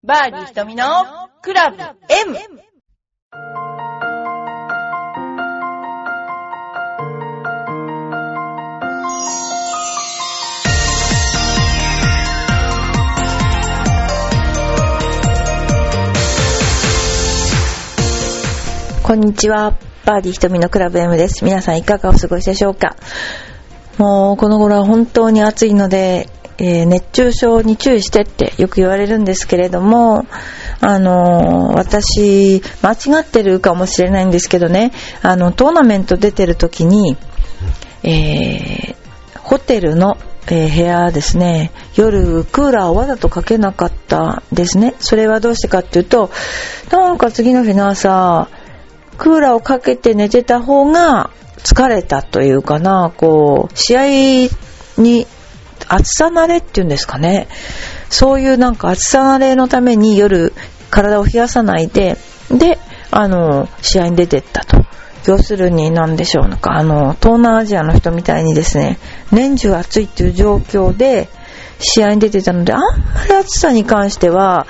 バーディー瞳のクラブ M。 こんにちは、バーディー瞳のクラブ M です。皆さんいかがお過ごしでしょうか。もうこの頃は本当に暑いので、熱中症に注意してってよく言われるんですけれども、私間違ってるかもしれないんですけどね、トーナメント出てる時に、ホテルの部屋ですね、夜クーラーをわざとかけなかったですね。それはどうしてかっていうと、なんか次の日の朝クーラーをかけて寝てた方が疲れたというかな、こう試合に暑さ慣れっていうんですかね、そういうなんか暑さ慣れのために夜体を冷やさないで試合に出てったと。要するに何でしょう、なんか東南アジアの人みたいにですね、年中暑いっていう状況で試合に出てたので、あんまり暑さに関しては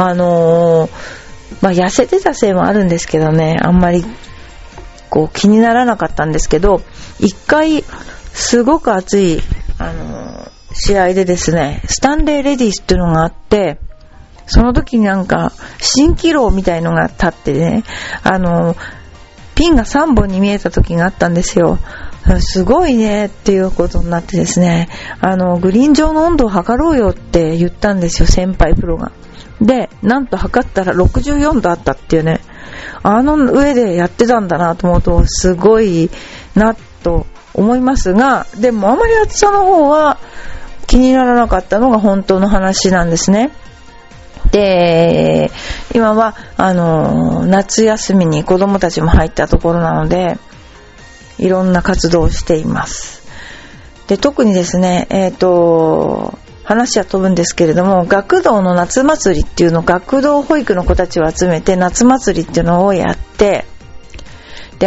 痩せてたせいもあるんですけどね、あんまりこう気にならなかったんですけど、一回すごく暑い試合でですね、スタンレーレディースっていうのがあって、その時になんか蜃気楼みたいのが立ってね、ピンが3本に見えた時があったんですよ。すごいねっていうことになってですね、グリーン上の温度を測ろうよって言ったんですよ、先輩プロが。で、なんと測ったら64度あったっていうね、上でやってたんだなと思うとすごいなと思いますが、でもあまり暑さの方は気にならなかったのが本当の話なんですね。で、今は夏休みに子供たちも入ったところなので、いろんな活動をしています。で、特にですね、話は飛ぶんですけれども、学童の夏祭りっていうのを、学童保育の子たちを集めて夏祭りっていうのをやって、で、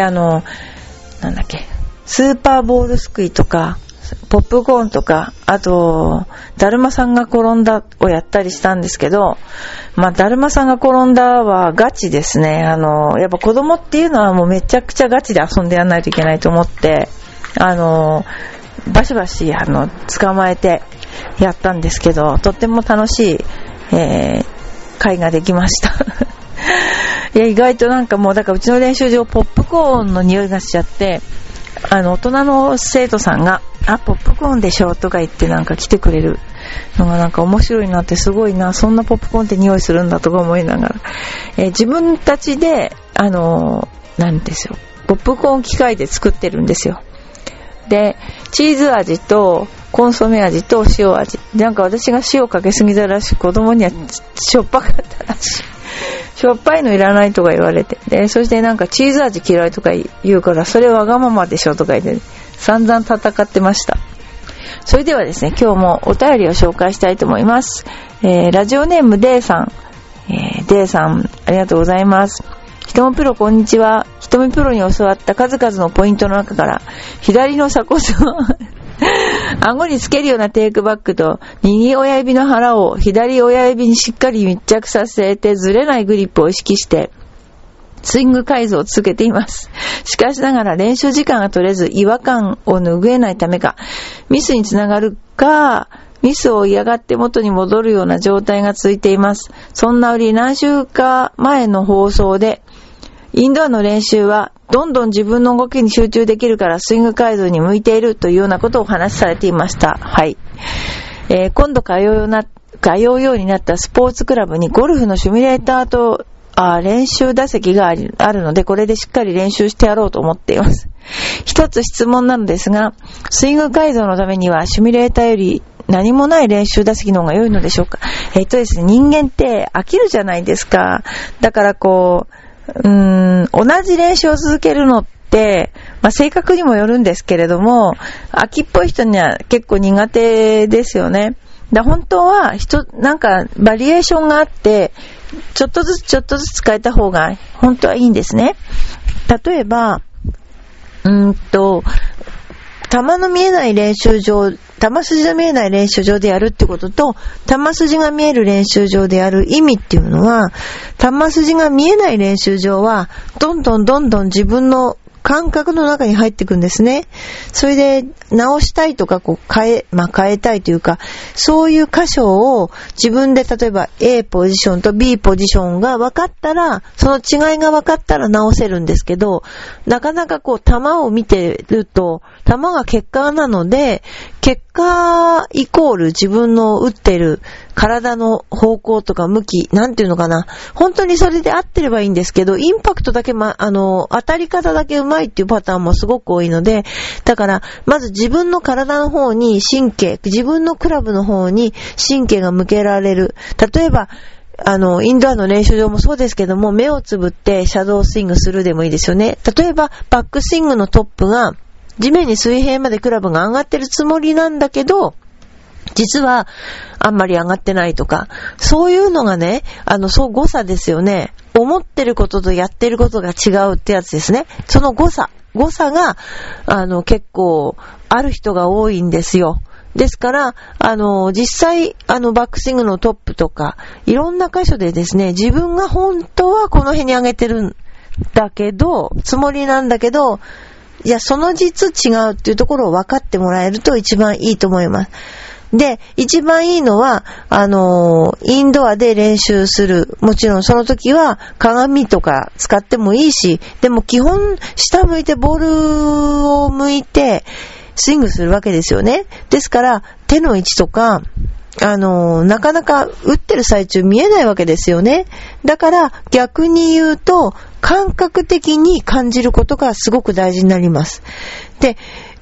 スーパーボールすくいとかポップコーンとか、あとだるまさんが転んだをやったりしたんですけど、だるまさんが転んだはガチですね。やっぱ子供っていうのはもうめちゃくちゃガチで遊んでやんないといけないと思って、バシバシ捕まえてやったんですけど、とっても楽しい、会ができましたいや、意外となんかもう、だからうちの練習場ポップコーンの匂いがしちゃって、大人の生徒さんがポップコーンでしょとか言ってなんか来てくれるのがなんか面白いなって、すごいな、そんなポップコーンって匂いするんだとか思いながら、自分たちでなんですよ、ポップコーン機械で作ってるんですよ。で、チーズ味とコンソメ味と塩味、なんか私が塩かけすぎたらしく、子供にはしょっぱかったらしい。しょっぱいのいらないとか言われて、で、そしてなんかチーズ味嫌いとか言うから、それわがままでしょとか言って、散々戦ってました。それではですね、今日もお便りを紹介したいと思います。ラジオネームデイさん、デイさんありがとうございます。ひとみプロこんにちは。ひとみプロに教わった数々のポイントの中から、左の鎖骨を顎につけるようなテイクバックと右親指の腹を左親指にしっかり密着させてずれないグリップを意識してスイング改造を続けています。しかしながら練習時間が取れず違和感を拭えないためか、ミスにつながるかミスを嫌がって元に戻るような状態が続いています。そんな折、何週か前の放送でインドアの練習はどんどん自分の動きに集中できるからスイング改造に向いているというようなことをお話しされていました。はい。今度通うようになったスポーツクラブにゴルフのシミュレーターと練習打席があるので、これでしっかり練習してやろうと思っています。一つ質問なのですが、スイング改造のためにはシミュレーターより何もない練習打席の方が良いのでしょうか。ですね、人間って飽きるじゃないですか。だからこう、同じ練習を続けるのって、性格にもよるんですけれども、飽きっぽい人には結構苦手ですよね。本当はなんかバリエーションがあって、ちょっとずつ変えた方が本当はいいんですね。例えば、球の見えない練習場、例球筋の見えない練習場でやるってことと、球筋が見える練習場でやる意味っていうのは、球筋が見えない練習場は、どんどん自分の感覚の中に入っていくんですね。それで直したいとか変えたいというか、そういう箇所を自分で例えば A ポジションと B ポジションが分かったら、その違いが分かったら直せるんですけど、なかなか球を見てると、球が結果なので、結果イコール自分の打ってる体の方向とか向き、なんていうのかな。本当にそれで合ってればいいんですけど、インパクトだけ当たり方だけ上手いっていうパターンもすごく多いので、だから、まず自分の体の方に自分のクラブの方に神経が向けられる。例えば、インドアの練習場もそうですけども、目をつぶってシャドースイングするでもいいですよね。例えば、バックスイングのトップが、地面に水平までクラブが上がってるつもりなんだけど、実はあんまり上がってないとか、そういうのがね、誤差ですよね。思ってることとやってることが違うってやつですね。その誤差が、結構ある人が多いんですよ。ですから、実際、バックスイングのトップとか、いろんな箇所でですね、自分が本当はこの辺に上げてるんだけど、つもりなんだけど、いや、その実違うっていうところを分かってもらえると一番いいと思います。で、一番いいのは、インドアで練習する。もちろんその時は鏡とか使ってもいいし、でも基本下向いてボールを向いてスイングするわけですよね。ですから手の位置とか、なかなか打ってる最中見えないわけですよね。だから逆に言うと、感覚的に感じることがすごく大事になります。で、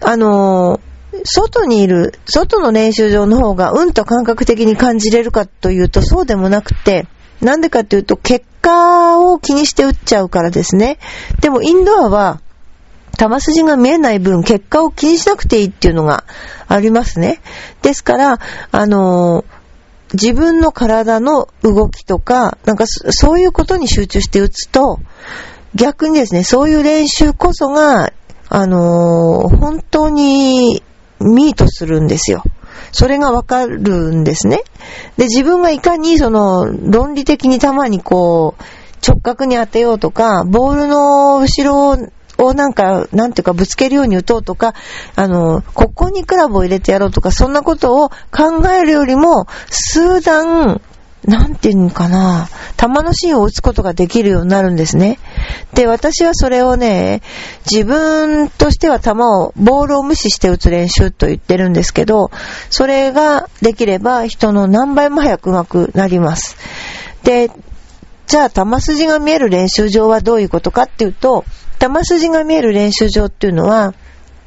外の練習場の方がと感覚的に感じれるかというとそうでもなくて、なんでかというと結果を気にして打っちゃうからですね。でもインドアは球筋が見えない分結果を気にしなくていいっていうのがありますね。ですから、自分の体の動きとか、なんかそういうことに集中して打つと、逆にですね、そういう練習こそが、本当にミートするんですよ。それがわかるんですね。で、自分がいかに論理的に球に直角に当てようとか、ボールの後ろをなんていうかぶつけるように打とうとか、ここにクラブを入れてやろうとか、そんなことを考えるよりも、数段、なんていうのかな、球の芯を打つことができるようになるんですね。で、私はそれをね、自分としてはボールを無視して打つ練習と言ってるんですけど、それができれば人の何倍も早く上手くなります。で、じゃあ球筋が見える練習場はどういうことかっていうと、球筋が見える練習場っていうのは、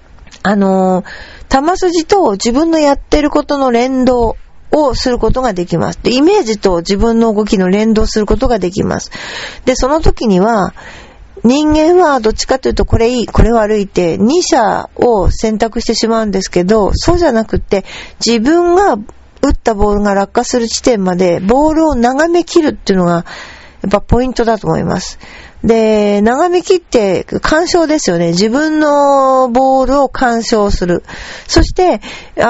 球筋と自分のやってることの連動をすることができます。で、イメージと自分の動きの連動することができます。で、その時には、人間はどっちかというとこれいい、これ悪いって2者を選択してしまうんですけど、そうじゃなくって自分が打ったボールが落下する地点までボールを眺め切るっていうのがやっぱポイントだと思います。で、眺め切って鑑賞ですよね。自分のボールを鑑賞する。そして、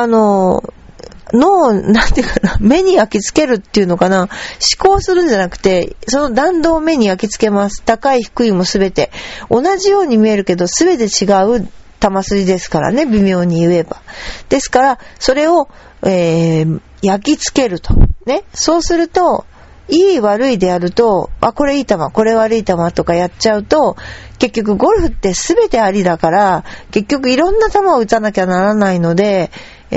なんていうかな、目に焼き付けるっていうのかな、思考するんじゃなくて、その弾道を目に焼き付けます。高い低いもすべて。同じように見えるけど、すべて違う球筋ですからね、微妙に言えば。ですから、それを、焼き付けると。ね。そうすると、いい悪いでやると、これいい球、これ悪い球とかやっちゃうと、結局ゴルフって全てありだから、結局いろんな球を打たなきゃならないので、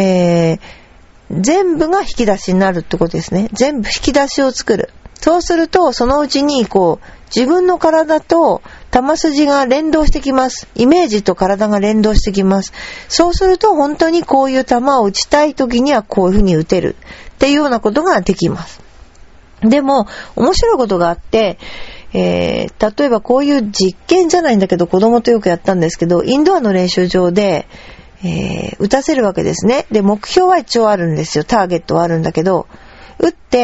全部が引き出しになるってことですね。全部引き出しを作る。そうすると、そのうちに自分の体と球筋が連動してきます。イメージと体が連動してきます。そうすると、本当にこういう球を打ちたい時にはこういうふうに打てるっていうようなことができます。でも、面白いことがあって、例えばこういう実験じゃないんだけど、子供とよくやったんですけど、インドアの練習場で、打たせるわけですね。で、目標は一応あるんですよ。ターゲットはあるんだけど、打って、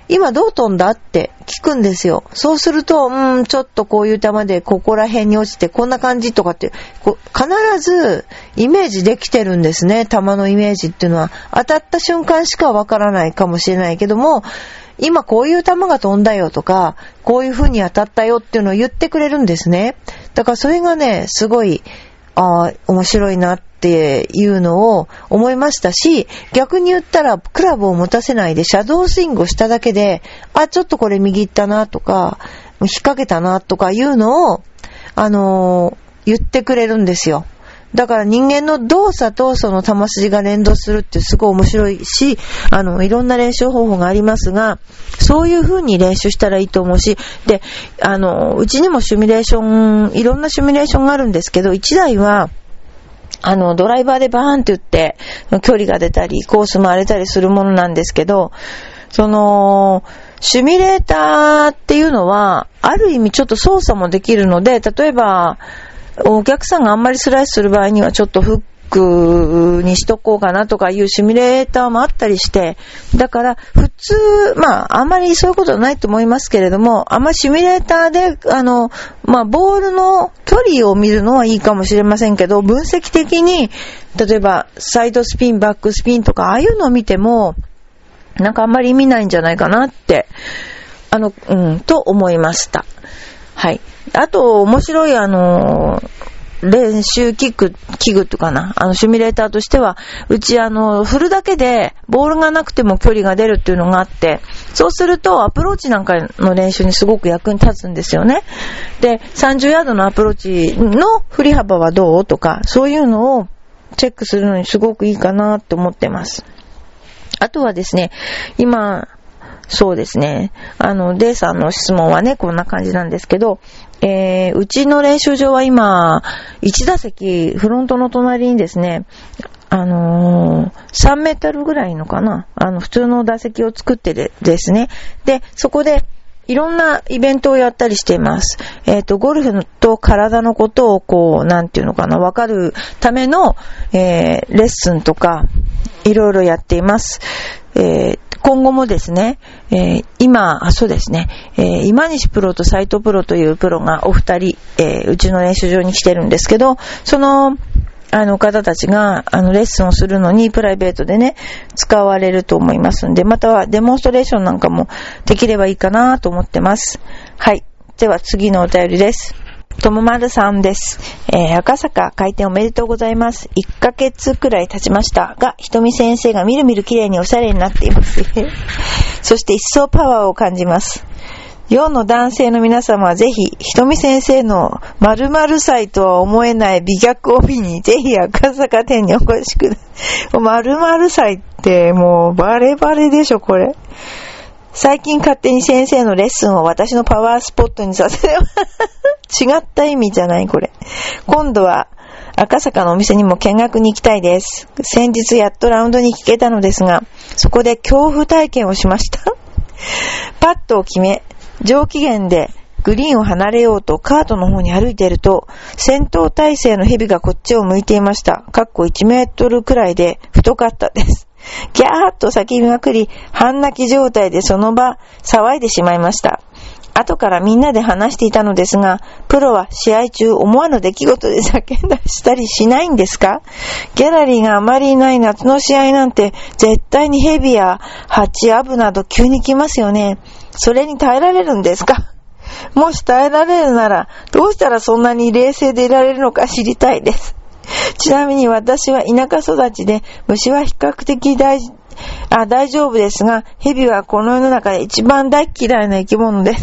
今どう飛んだって聞くんですよ。そうすると、ちょっとこういう球でここら辺に落ちてこんな感じとかって、必ずイメージできてるんですね。球のイメージっていうのは当たった瞬間しかわからないかもしれないけども、今こういう球が飛んだよとか、こういう風に当たったよっていうのを言ってくれるんですね。だからそれがね、すごい、面白いなっていうのを思いましたし、逆に言ったらクラブを持たせないでシャドースイングをしただけで、ちょっとこれ右行ったなとか、引っ掛けたなとかいうのを、言ってくれるんですよ。だから人間の動作とその球筋が連動するってすごい面白いし、いろんな練習方法がありますが、そういう風に練習したらいいと思うし、で、うちにもシミュレーション、いろんなシミュレーションがあるんですけど、1台は、ドライバーでバーンって打って、距離が出たり、コース回れたりするものなんですけど、シミュレーターっていうのは、ある意味ちょっと操作もできるので、例えば、お客さんがあんまりスライスする場合にはちょっとフックにしとこうかなとかいうシミュレーターもあったりして、だから普通、あんまりそういうことはないと思いますけれども、あんまりシミュレーターで、ボールの距離を見るのはいいかもしれませんけど、分析的に、例えばサイドスピン、バックスピンとか、ああいうのを見ても、なんかあんまり意味ないんじゃないかなって、と思いました。はい。あと、面白い練習器具っていうかな、シミュレーターとしては、うち振るだけで、ボールがなくても距離が出るっていうのがあって、そうするとアプローチなんかの練習にすごく役に立つんですよね。で、30ヤードのアプローチの振り幅はどうとか、そういうのをチェックするのにすごくいいかなと思ってます。あとはですね、今、そうですね、デイさんの質問はね、こんな感じなんですけど、うちの練習場は今、1打席、フロントの隣にですね、3メートルぐらいのかな、普通の打席を作ってですね、で、そこで、いろんなイベントをやったりしています。ゴルフと体のことをなんていうのかな、わかるための、レッスンとか、いろいろやっています。今後もですね、そうですね、今西プロと斉藤プロというプロがお二人、うちの練習場に来てるんですけど、その、方たちが、レッスンをするのにプライベートでね、使われると思いますんで、またはデモンストレーションなんかもできればいいかなと思ってます。はい。では次のお便りです。ともまるさんです。赤坂開店おめでとうございます。1ヶ月くらい経ちましたが、ひとみ先生がみるみる綺麗におしゃれになっています。そして一層パワーを感じます。世の男性の皆様はぜひ、ひとみ先生の〇〇歳とは思えない美脚を見に、ぜひ赤坂店にお越しください。〇〇歳ってもうバレバレでしょ、これ。最近勝手に先生のレッスンを私のパワースポットにさせれば違った意味じゃないこれ。今度は赤坂のお店にも見学に行きたいです。先日やっとラウンドに行けたのですが、そこで恐怖体験をしました。パットを決め、上機嫌でグリーンを離れようとカートの方に歩いていると、戦闘態勢の蛇がこっちを向いていました。1メートルくらいで太かったです。ギャーッと叫びまくり、半泣き状態でその場騒いでしまいました。後からみんなで話していたのですが、プロは試合中思わぬ出来事で叫んだりしたりしないんですか？ギャラリーがあまりいない夏の試合なんて絶対にヘビやハチ、アブなど急に来ますよね。それに耐えられるんですか？もし耐えられるなら、どうしたらそんなに冷静でいられるのか知りたいです。ちなみに私は田舎育ちで虫は比較的大丈夫ですが、蛇はこの世の中で一番大嫌いな生き物です。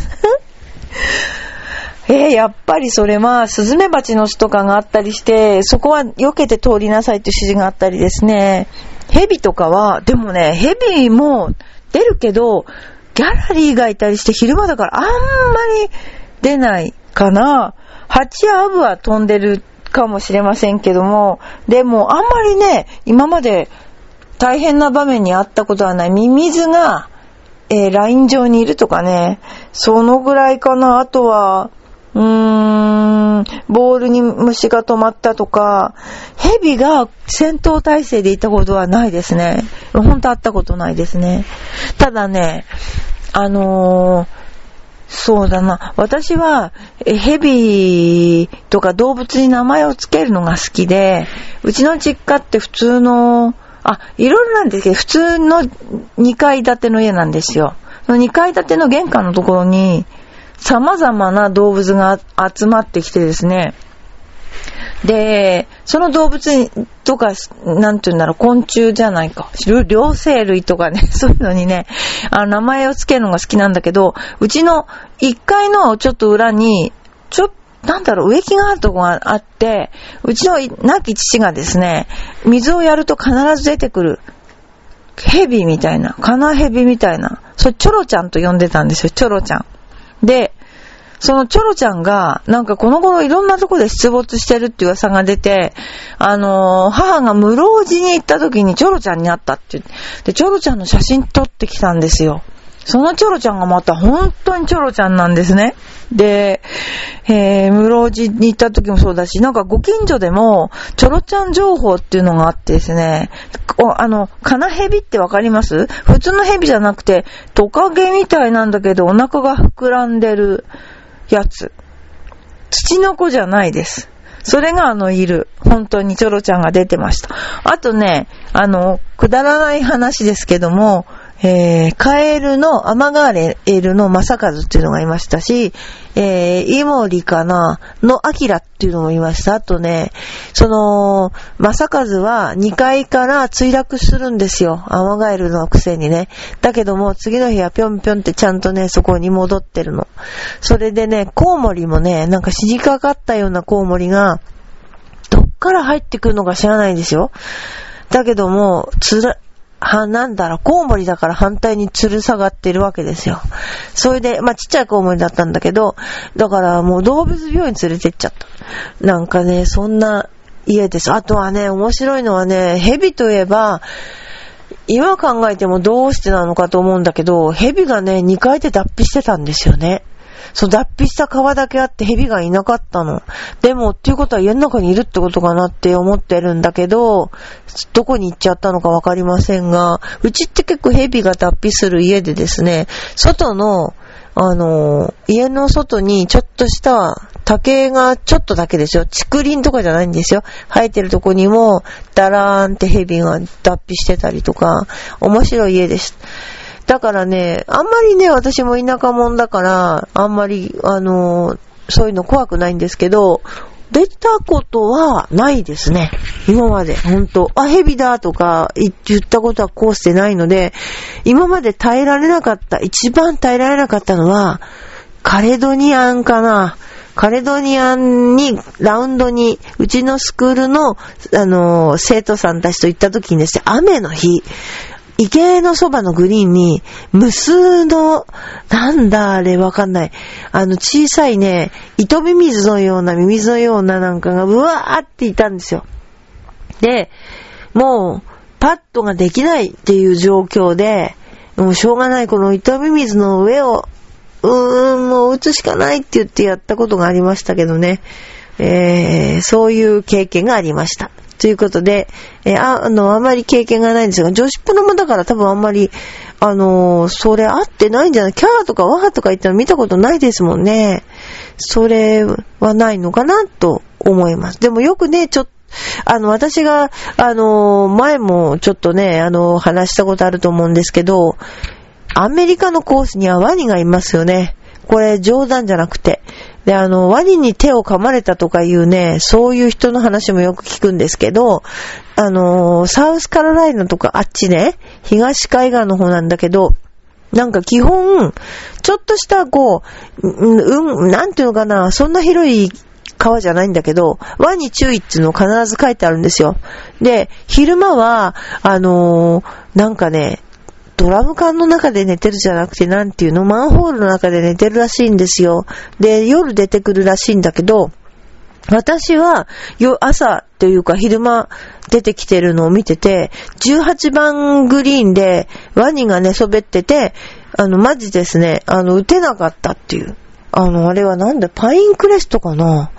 やっぱりそれスズメバチの巣とかがあったりして、そこは避けて通りなさいという指示があったりですね。蛇とかは、でもね、蛇も出るけど、ギャラリーがいたりして昼間だからあんまり出ないかな。ハチやアブは飛んでるかもしれませんけども、でもあんまりね、今まで大変な場面にあったことはない。ミミズが、ライン上にいるとかね、そのぐらいかな。あとはボールに虫が止まったとか、ヘビが戦闘態勢でいたことはないですね。本当会ったことないですね。ただね、 そうだな。私は、ヘビとか動物に名前をつけるのが好きで、うちの実家って普通の、いろいろなんですけど、普通の2階建ての家なんですよ。その2階建ての玄関のところに、様々な動物が集まってきてですね、で、その動物とか、なんていうんだろう、昆虫じゃないか、両生類とかね、そういうのにね、名前をつけるのが好きなんだけど、うちの1階のちょっと裏に、植木があるとこがあって、うちの亡き父がですね、水をやると必ず出てくる、ヘビみたいな、カナヘビみたいな、それチョロちゃんと呼んでたんですよ、チョロちゃん。で、そのチョロちゃんが、なんかこの頃いろんなとこで出没してるって噂が出て、母が室生寺に行った時にチョロちゃんに会ったって言って、で、チョロちゃんの写真撮ってきたんですよ。そのチョロちゃんがまた本当にチョロちゃんなんですね。で、室生寺に行った時もそうだし、なんかご近所でも、チョロちゃん情報っていうのがあってですね、カナヘビってわかります？普通のヘビじゃなくて、トカゲみたいなんだけど、お腹が膨らんでるやつ。土の子じゃないです。それがいる。本当にチョロちゃんが出てました。あとね、くだらない話ですけども、カエルの、アマガエルのマサカズっていうのがいましたし、イモリかなのアキラっていうのもいました。あとね、マサカズは2階から墜落するんですよ。アマガエルのくせにね。だけども、次の日はぴょんぴょんってちゃんとね、そこに戻ってるの。それでね、コウモリもね、なんか死にかかったようなコウモリが、どっから入ってくるのか知らないんですよ。だけども、コウモリだから反対に吊る下がってるわけですよ。それで、ちっちゃいコウモリだったんだけど、だからもう動物病院連れてっちゃった。なんかね、そんな家です。あとはね、面白いのはね、ヘビといえば、今考えてもどうしてなのかと思うんだけど、ヘビがね、2階で脱皮してたんですよね。そう、脱皮した皮だけあってヘビがいなかったの。でも、っていうことは家の中にいるってことかなって思ってるんだけど、どこに行っちゃったのかわかりませんが、うちって結構ヘビが脱皮する家でですね、外の、家の外にちょっとした竹がちょっとだけですよ。竹林とかじゃないんですよ。生えてるとこにも、ダラーンってヘビが脱皮してたりとか、面白い家でした。だからね、あんまりね、私も田舎者だから、あんまり、そういうの怖くないんですけど、出たことはないですね。今まで、ほんと。ヘビだとか言ったことはこうしてないので、今まで一番耐えられなかったのは、カレドニアンかな。カレドニアンに、ラウンドに、うちのスクールの、生徒さんたちと行った時にですね、雨の日、池のそばのグリーンに、無数の、わかんない。小さいね、糸ミミズのような、ミミズのようななんかが、うわーっていたんですよ。で、もう、パッドができないっていう状況で、もうしょうがない、この糸ミミズの上を、もう打つしかないって言ってやったことがありましたけどね。そういう経験がありました。ということで、あまり経験がないんですが、女子プロもだから多分あんまり、それ合ってないんじゃない？キャーとかワーとか言ったの見たことないですもんね。それはないのかなと思います。でもよくね、私が、前もちょっとね、話したことあると思うんですけど、アメリカのコースにはワニがいますよね。これ冗談じゃなくて。で、ワニに手を噛まれたとかいうね、そういう人の話もよく聞くんですけど、サウスカロライナとかあっちね、東海岸の方なんだけど、なんか基本、ちょっとしたなんていうのかな、そんな広い川じゃないんだけど、ワニ注意っていうの必ず書いてあるんですよ。で、昼間は、なんかね、ドラム缶の中で寝てるじゃなくて、マンホールの中で寝てるらしいんですよ。で、夜出てくるらしいんだけど、私は朝というか昼間出てきてるのを見てて、18番グリーンでワニが寝そべってて、マジですね、撃てなかったっていう。あれはパインクレストかな？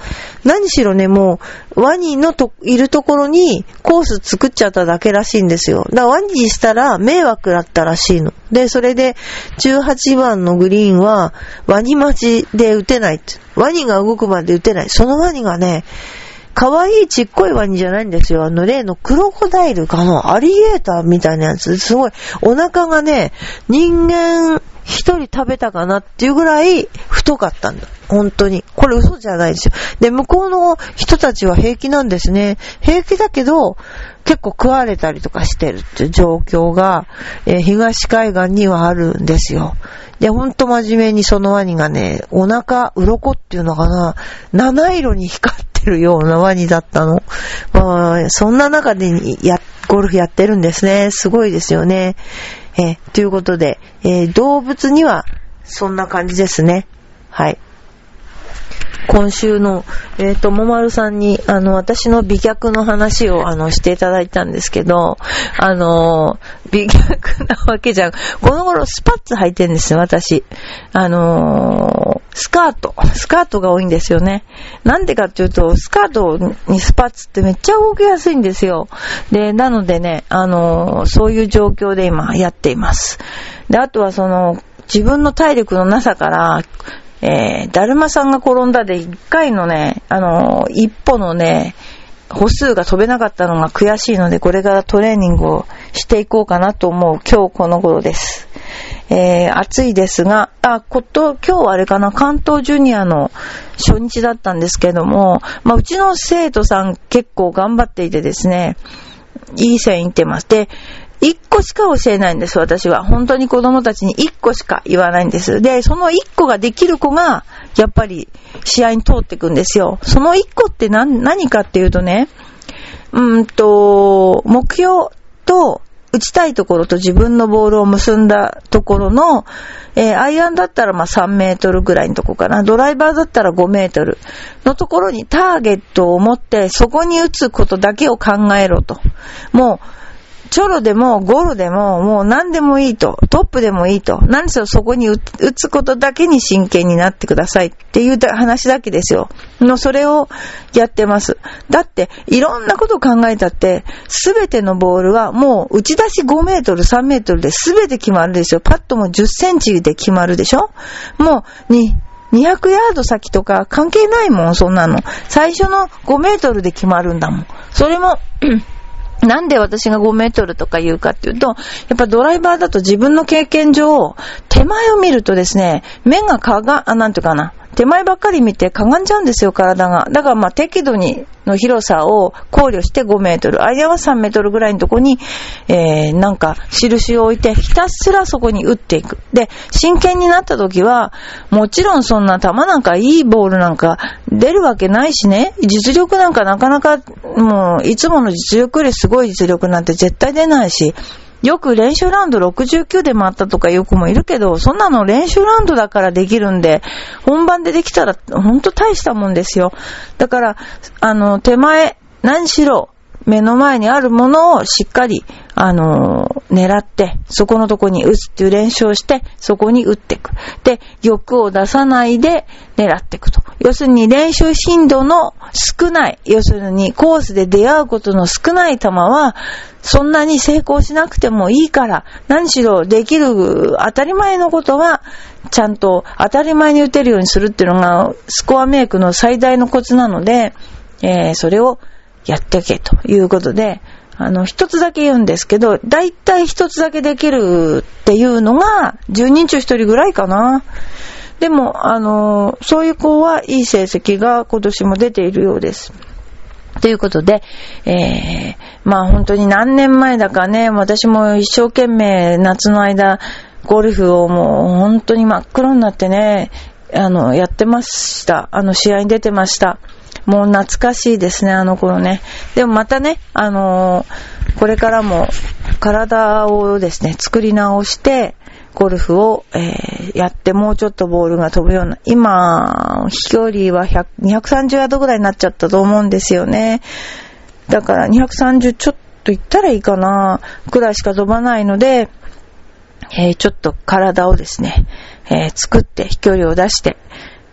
何しろね、もう、ワニのいるところにコース作っちゃっただけらしいんですよ。だからワニにしたら迷惑だったらしいの。で、それで、18番のグリーンは、ワニ待ちで打てないって。ワニが動くまで打てない。そのワニがね、可愛いちっこいワニじゃないんですよ。例のクロコダイルかな、アリゲーターみたいなやつ。すごい、お腹がね、人間一人食べたかなっていうぐらい太かったんだ。本当に。これ嘘じゃないですよ。で、向こうの人たちは平気なんですね。平気だけど、結構食われたりとかしてるっていう状況が、東海岸にはあるんですよ。で、ほんと真面目にそのワニがね、お腹、鱗っていうのかな、七色に光ってるようなワニだったの。まあ、そんな中でゴルフやってるんですね。すごいですよね。ということで、動物にはそんな感じですね。はい。今週の、もまるさんに、私の美脚の話を、していただいたんですけど、美脚なわけじゃん。この頃スパッツ履いてるんですよ、私。スカートが多いんですよね。なんでかっていうと、スカートにスパッツってめっちゃ動きやすいんですよ。で、なのでね、そういう状況で今やっています。で、あとは自分の体力のなさから、だるまさんが転んだで一回のね、一歩のね、歩数が飛べなかったのが悔しいので、これからトレーニングをしていこうかなと思う今日この頃です。暑いですが、今日はあれかな、関東ジュニアの初日だったんですけども、うちの生徒さん結構頑張っていてですね、いい線いってます。で、一個しか教えないんです、私は。本当に子供たちに一個しか言わないんです。で、その一個ができる子が、やっぱり試合に通っていくんですよ。その一個って何かっていうとね、目標と打ちたいところと自分のボールを結んだところの、アイアンだったら3メートルぐらいのとこかな。ドライバーだったら5メートルのところにターゲットを持って、そこに打つことだけを考えろと。もう、チョロでもゴロでももう何でもいいと、トップでもいいと、何せそこに打つことだけに真剣になってくださいっていう話だけですよ。それをやってます。だっていろんなことを考えたってすべてのボールはもう打ち出し5メートル3メートルで全て決まるでしょ。パットも10センチで決まるでしょ。もう200ヤード先とか関係ないもん、そんなの。最初の5メートルで決まるんだもん。それもなんで私が5メートルとか言うかっていうと、やっぱドライバーだと自分の経験上、手前を見るとですね、目がなんていうかな、手前ばっかり見てかがんじゃうんですよ、体が。だから適度の広さを考慮して5メートル。間は3メートルぐらいのとこに、なんか印を置いて、ひたすらそこに打っていく。で、真剣になった時は、もちろんそんな球なんかいいボールなんか出るわけないしね、実力なんかなかなか、もういつもの実力よりすごい実力なんて絶対出ないし、よく練習ラウンド69で回ったとかいう子もいるけど、そんなの練習ラウンドだからできるんで、本番でできたらほんと大したもんですよ。だから、手前、何しろ、目の前にあるものをしっかり、狙って、そこのとこに打つっていう練習をして、そこに打っていく。で、欲を出さないで狙っていくと。要するに練習頻度の少ない、要するにコースで出会うことの少ない球は、そんなに成功しなくてもいいから、何しろできる当たり前のことは、ちゃんと当たり前に打てるようにするっていうのが、スコアメイクの最大のコツなので、それをやってけということで、一つだけ言うんですけど、だいたい一つだけできるっていうのが10人中1人ぐらいかな。でもそういう子はいい成績が今年も出ているようです。ということで、本当に何年前だかね、私も一生懸命夏の間ゴルフをもう本当に真っ黒になってね、やってました。試合に出てました。もう懐かしいですね、あの頃ね。でもまたね、これからも体をですね、作り直して、ゴルフを、やってもうちょっとボールが飛ぶような、今、飛距離は230ヤードぐらいになっちゃったと思うんですよね。だから230ちょっといったらいいかな、くらいしか飛ばないので、ちょっと体をですね、作って飛距離を出して、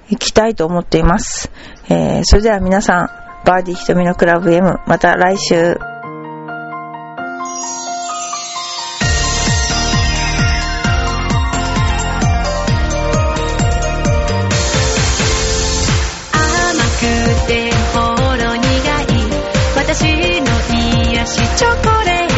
いきたいと思っています。それでは皆さん、バーディーひとみのクラブ M、また来週。 ほろ苦い私の癒しチョコレート